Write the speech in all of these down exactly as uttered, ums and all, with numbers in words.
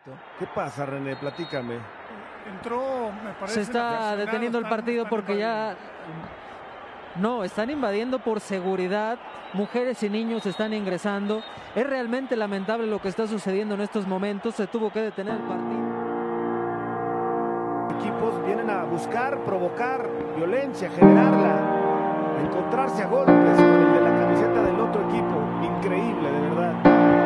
¿Qué pasa, René? Platícame. Entró, me parece. Se está deteniendo el partido porque ya... No, están invadiendo por seguridad. Mujeres y niños están ingresando. Es realmente lamentable lo que está sucediendo en estos momentos. Se tuvo que detener el partido. Equipos vienen a buscar, provocar violencia, generarla, encontrarse a golpes con el de la camiseta del otro equipo. Increíble, de verdad.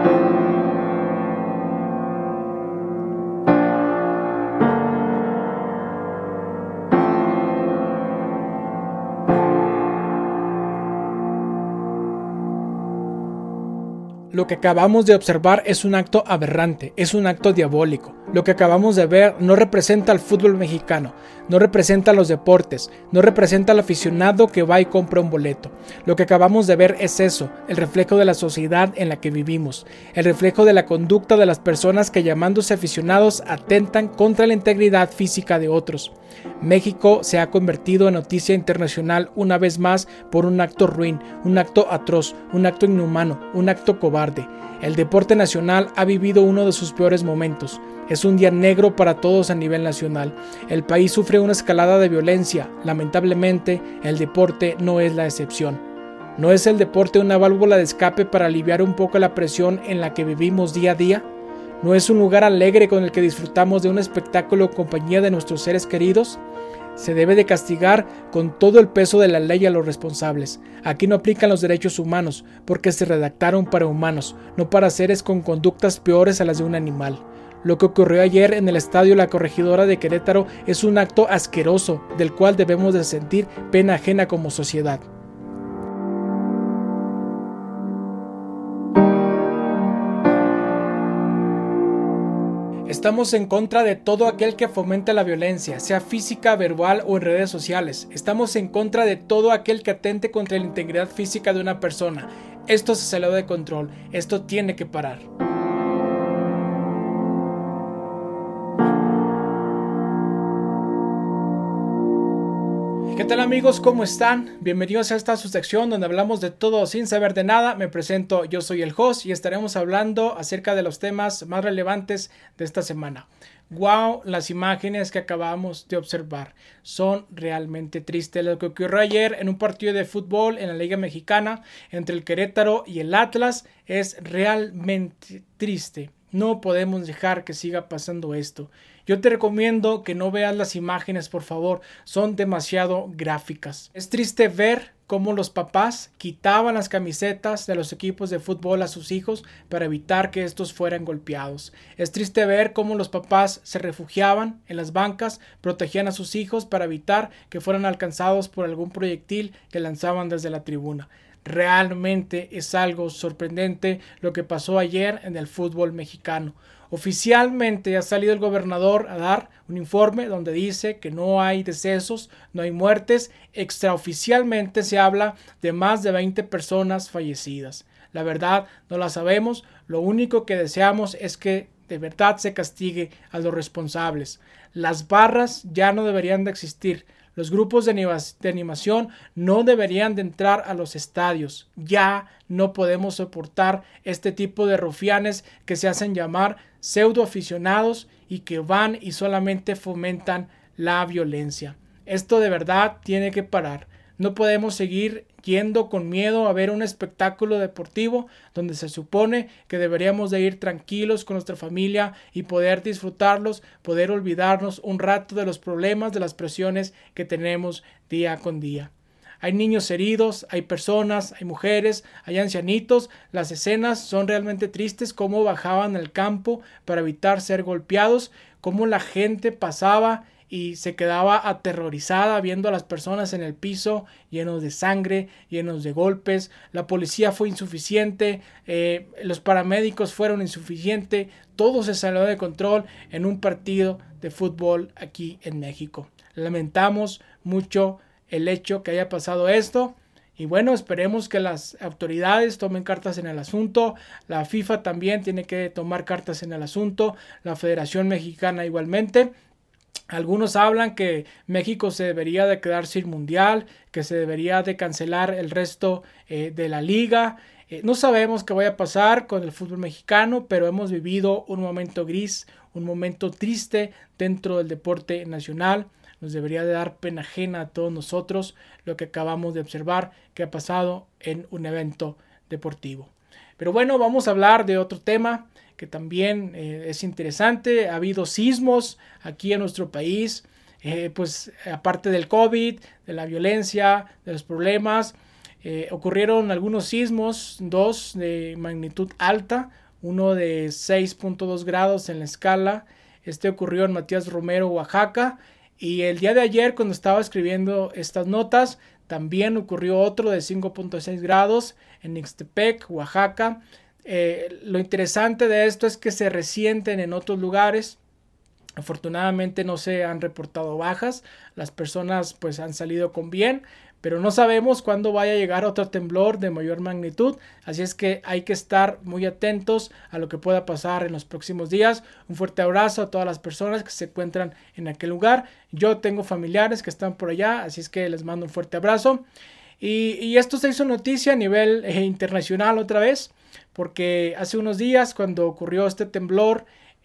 Lo que acabamos de observar es un acto aberrante, es un acto diabólico. Lo que acabamos de ver no representa al fútbol mexicano, no representa a los deportes, no representa al aficionado que va y compra un boleto. Lo que acabamos de ver es eso, el reflejo de la sociedad en la que vivimos, el reflejo de la conducta de las personas que, llamándose aficionados, atentan contra la integridad física de otros. México se ha convertido en noticia internacional una vez más por un acto ruin, un acto atroz, un acto inhumano, un acto cobarde. El deporte nacional ha vivido uno de sus peores momentos. Es un día negro para todos a nivel nacional. El país sufre una escalada de violencia. Lamentablemente, el deporte no es la excepción. ¿No es el deporte una válvula de escape para aliviar un poco la presión en la que vivimos día a día? ¿No es un lugar alegre con el que disfrutamos de un espectáculo en compañía de nuestros seres queridos? Se debe de castigar con todo el peso de la ley a los responsables. Aquí no aplican los derechos humanos, porque se redactaron para humanos, no para seres con conductas peores a las de un animal. Lo que ocurrió ayer en el estadio La Corregidora de Querétaro es un acto asqueroso, del cual debemos de sentir pena ajena como sociedad. Estamos en contra de todo aquel que fomente la violencia, sea física, verbal o en redes sociales. Estamos en contra de todo aquel que atente contra la integridad física de una persona. Esto se salió de control. Esto tiene que parar. ¿Qué tal, amigos? ¿Cómo están? Bienvenidos a esta su sección donde hablamos de todo sin saber de nada. Me presento, yo soy el host y estaremos hablando acerca de los temas más relevantes de esta semana. Wow, las imágenes que acabamos de observar son realmente tristes. Lo que ocurrió ayer en un partido de fútbol en la Liga Mexicana entre el Querétaro y el Atlas es realmente triste. No podemos dejar que siga pasando esto. Yo te recomiendo que no veas las imágenes, por favor. Son demasiado gráficas. Es triste ver cómo los papás quitaban las camisetas de los equipos de fútbol a sus hijos para evitar que estos fueran golpeados. Es triste ver cómo los papás se refugiaban en las bancas, protegían a sus hijos para evitar que fueran alcanzados por algún proyectil que lanzaban desde la tribuna. Realmente es algo sorprendente lo que pasó ayer en el fútbol mexicano. Oficialmente ha salido el gobernador a dar un informe donde dice que no hay decesos, no hay muertes. Extraoficialmente se habla de más de veinte personas fallecidas. La verdad no la sabemos. Lo único que deseamos es que de verdad se castigue a los responsables. Las barras ya no deberían de existir. Los grupos de, anima- de animación no deberían de entrar a los estadios. Ya no podemos soportar este tipo de rufianes que se hacen llamar pseudo aficionados y que van y solamente fomentan la violencia. Esto de verdad tiene que parar. No podemos seguir yendo con miedo a ver un espectáculo deportivo donde se supone que deberíamos de ir tranquilos con nuestra familia y poder disfrutarlos, poder olvidarnos un rato de los problemas, de las presiones que tenemos día con día. Hay niños heridos, hay personas, hay mujeres, hay ancianitos. Las escenas son realmente tristes, cómo bajaban al campo para evitar ser golpeados, cómo la gente pasaba y se quedaba aterrorizada viendo a las personas en el piso llenos de sangre, llenos de golpes. La policía fue insuficiente, eh, los paramédicos fueron insuficientes, todo se salió de control en un partido de fútbol aquí en México. Lamentamos mucho el hecho que haya pasado esto. Y bueno, esperemos que las autoridades tomen cartas en el asunto. La FIFA también tiene que tomar cartas en el asunto. La Federación Mexicana igualmente. Algunos hablan que México se debería de quedar sin mundial, que se debería de cancelar el resto eh, de la liga. Eh, no sabemos qué vaya a pasar con el fútbol mexicano, pero hemos vivido un momento gris, un momento triste dentro del deporte nacional. Nos debería de dar pena ajena a todos nosotros lo que acabamos de observar que ha pasado en un evento deportivo. Pero bueno, vamos a hablar de otro tema que también eh, es interesante. Ha habido sismos aquí en nuestro país, eh, pues aparte del COVID, de la violencia, de los problemas, eh, ocurrieron algunos sismos, dos de magnitud alta, uno de seis punto dos grados en la escala. Este ocurrió en Matías Romero, Oaxaca, y el día de ayer, cuando estaba escribiendo estas notas, también ocurrió otro de cinco punto seis grados en Ixtepec, Oaxaca. Eh, lo interesante de esto es que se resienten en otros lugares. Afortunadamente no se han reportado bajas, las personas pues han salido con bien, pero no sabemos cuándo vaya a llegar otro temblor de mayor magnitud, así es que hay que estar muy atentos a lo que pueda pasar en los próximos días. Un fuerte abrazo a todas las personas que se encuentran en aquel lugar. Yo tengo familiares que están por allá, así es que les mando un fuerte abrazo. Y, y esto se hizo noticia a nivel eh, internacional otra vez, porque hace unos días, cuando ocurrió este temblor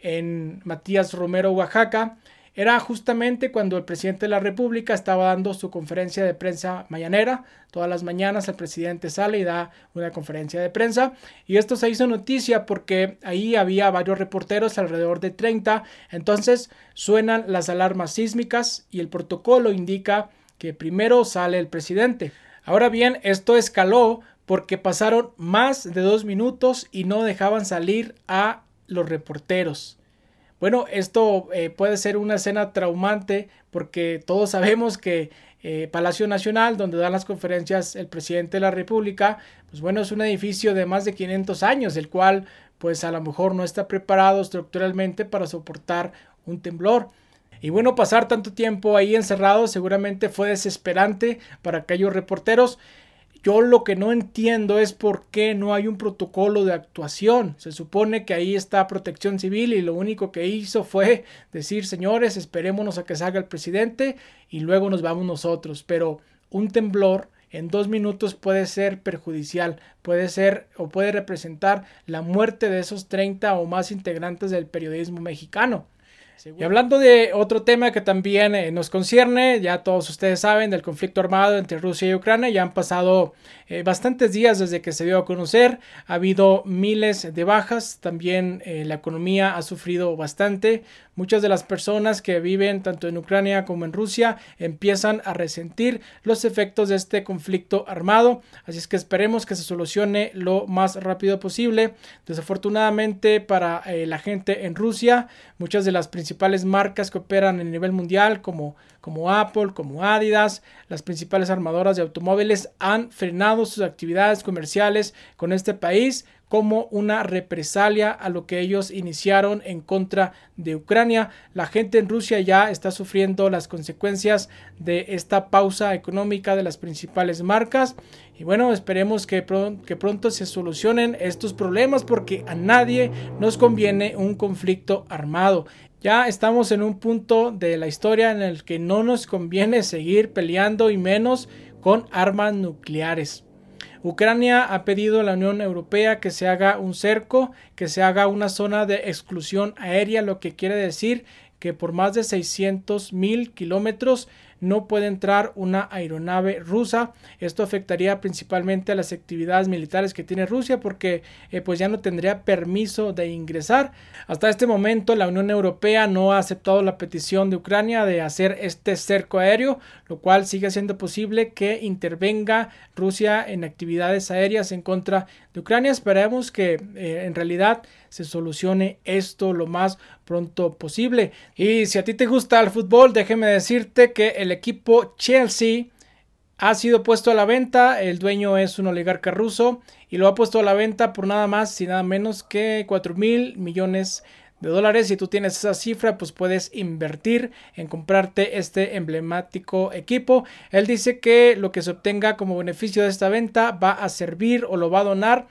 en Matías Romero, Oaxaca, era justamente cuando el presidente de la República estaba dando su conferencia de prensa mañanera. Todas las mañanas el presidente sale y da una conferencia de prensa, y esto se hizo noticia porque ahí había varios reporteros, alrededor de treinta. Entonces suenan las alarmas sísmicas y el protocolo indica que primero sale el presidente. Ahora bien, esto escaló porque pasaron más de dos minutos y no dejaban salir a los reporteros. Bueno, esto eh, puede ser una escena traumante porque todos sabemos que eh, Palacio Nacional, donde dan las conferencias el presidente de la República, pues bueno, es un edificio de más de quinientos años, el cual pues a lo mejor no está preparado estructuralmente para soportar un temblor. Y bueno, pasar tanto tiempo ahí encerrado seguramente fue desesperante para aquellos reporteros. Yo lo que no entiendo es por qué no hay un protocolo de actuación. Se supone que ahí está Protección Civil y lo único que hizo fue decir, señores, esperémonos a que salga el presidente y luego nos vamos nosotros. Pero un temblor en dos minutos puede ser perjudicial, puede ser o puede representar la muerte de esos treinta o más integrantes del periodismo mexicano. Y hablando de otro tema que también eh, nos concierne, ya todos ustedes saben del conflicto armado entre Rusia y Ucrania. Ya han pasado eh, bastantes días desde que se dio a conocer, ha habido miles de bajas, también eh, la economía ha sufrido bastante. Muchas de las personas que viven tanto en Ucrania como en Rusia empiezan a resentir los efectos de este conflicto armado, así es que esperemos que se solucione lo más rápido posible. Desafortunadamente para eh, la gente en Rusia, muchas de las principales marcas que operan a nivel mundial como, como Apple, como Adidas, las principales armadoras de automóviles han frenado sus actividades comerciales con este país como una represalia a lo que ellos iniciaron en contra de Ucrania. La gente en Rusia ya está sufriendo las consecuencias de esta pausa económica de las principales marcas. Y bueno, esperemos que, pr- que pronto se solucionen estos problemas porque a nadie nos conviene un conflicto armado. Ya estamos en un punto de la historia en el que no nos conviene seguir peleando y menos con armas nucleares. Ucrania ha pedido a la Unión Europea que se haga un cerco, que se haga una zona de exclusión aérea, lo que quiere decir que por más de seiscientos mil kilómetros no puede entrar una aeronave rusa. Esto afectaría principalmente a las actividades militares que tiene Rusia porque eh, pues ya no tendría permiso de ingresar. Hasta este momento la Unión Europea no ha aceptado la petición de Ucrania de hacer este cerco aéreo, lo cual sigue siendo posible que intervenga Rusia en actividades aéreas en contra de Ucrania. Esperemos que eh, en realidad se solucione esto lo más pronto posible. Y si a ti te gusta el fútbol, déjeme decirte que el equipo Chelsea ha sido puesto a la venta. El dueño es un oligarca ruso y lo ha puesto a la venta por nada más y nada menos que cuatro mil millones de dólares. Si tú tienes esa cifra, pues puedes invertir en comprarte este emblemático equipo. Él dice que lo que se obtenga como beneficio de esta venta va a servir o lo va a donar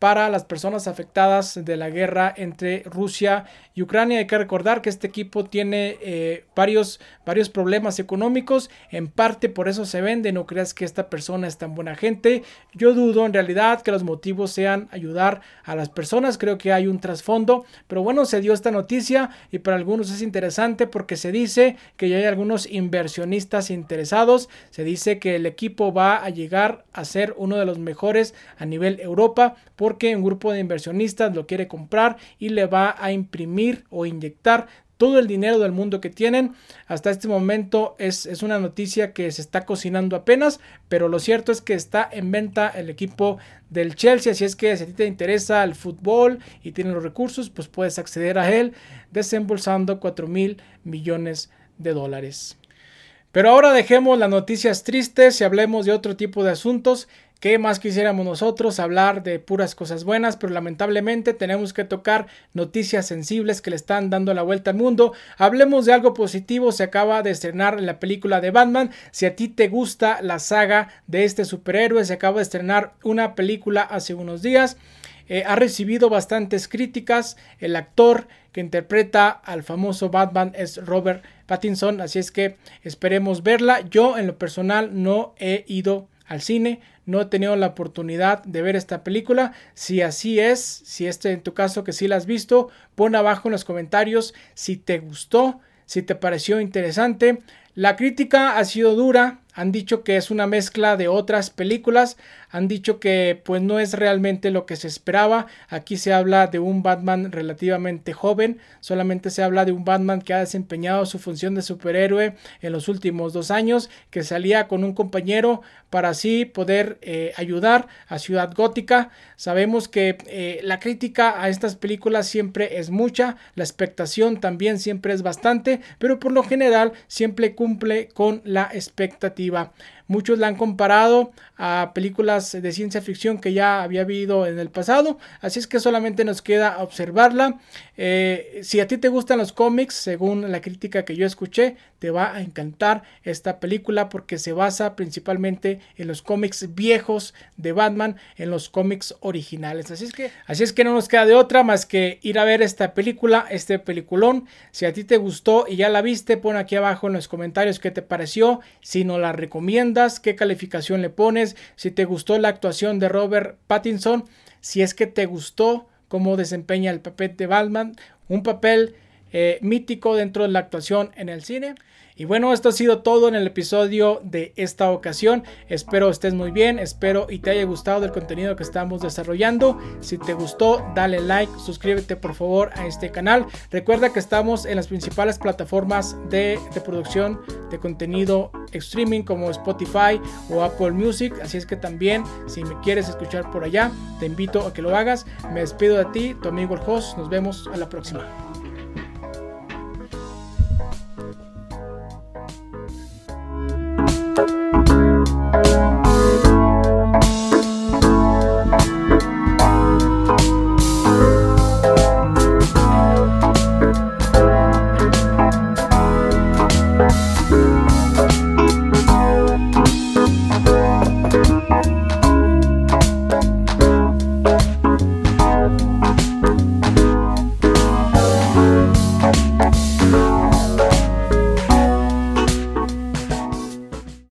para las personas afectadas de la guerra entre Rusia y Ucrania. Hay que recordar que este equipo tiene eh, varios, varios problemas económicos, en parte por eso se vende. No creas que esta persona es tan buena gente. Yo dudo en realidad que los motivos sean ayudar a las personas, creo que hay un trasfondo, pero bueno, se dio esta noticia y para algunos es interesante porque se dice que ya hay algunos inversionistas interesados. Se dice que el equipo va a llegar a ser uno de los mejores a nivel Europa porque un grupo de inversionistas lo quiere comprar y le va a imprimir o inyectar todo el dinero del mundo que tienen. Hasta este momento es, es una noticia que se está cocinando apenas, pero lo cierto es que está en venta el equipo del Chelsea, así es que si a ti te interesa el fútbol y tienes los recursos, pues puedes acceder a él desembolsando cuatro mil millones de dólares. Pero ahora dejemos las noticias tristes y hablemos de otro tipo de asuntos. ¿Qué más quisiéramos nosotros? Hablar de puras cosas buenas, pero lamentablemente tenemos que tocar noticias sensibles que le están dando la vuelta al mundo. Hablemos de algo positivo. Se acaba de estrenar la película de Batman. Si a ti te gusta la saga de este superhéroe, se acaba de estrenar una película hace unos días. Eh, ha recibido bastantes críticas. El actor que interpreta al famoso Batman es Robert Pattinson, así es que esperemos verla. Yo en lo personal no he ido al cine, no he tenido la oportunidad de ver esta película. Si así es, si este en tu caso que sí la has visto, pon abajo en los comentarios si te gustó, si te pareció interesante. La crítica ha sido dura, han dicho que es una mezcla de otras películas, han dicho que pues no es realmente lo que se esperaba. Aquí se habla de un Batman relativamente joven, solamente se habla de un Batman que ha desempeñado su función de superhéroe en los últimos dos años, que salía con un compañero para así poder eh, ayudar a Ciudad Gótica. Sabemos que eh, la crítica a estas películas siempre es mucha, la expectación también siempre es bastante, pero por lo general siempre cumple con la expectativa. Muchos la han comparado a películas de ciencia ficción que ya había habido en el pasado, así es que solamente nos queda observarla. Eh, si a ti te gustan los cómics, según la crítica que yo escuché, te va a encantar esta película porque se basa principalmente en los cómics viejos de Batman, en los cómics originales. Así es que, así es que no nos queda de otra más que ir a ver esta película, este peliculón. Si a ti te gustó y ya la viste, pon aquí abajo en los comentarios qué te pareció, si no la recomiendas, qué calificación le pones, si te gustó la actuación de Robert Pattinson, si es que te gustó cómo desempeña el papel de Batman, un papel eh, mítico dentro de la actuación en el cine. Y bueno, esto ha sido todo en el episodio de esta ocasión. Espero estés muy bien, espero y te haya gustado el contenido que estamos desarrollando. Si te gustó, dale like, suscríbete por favor a este canal. Recuerda que estamos en las principales plataformas de, de producción de contenido streaming como Spotify o Apple Music. Así es que también, si me quieres escuchar por allá, te invito a que lo hagas. Me despido de ti, tu amigo el host. Nos vemos a la próxima.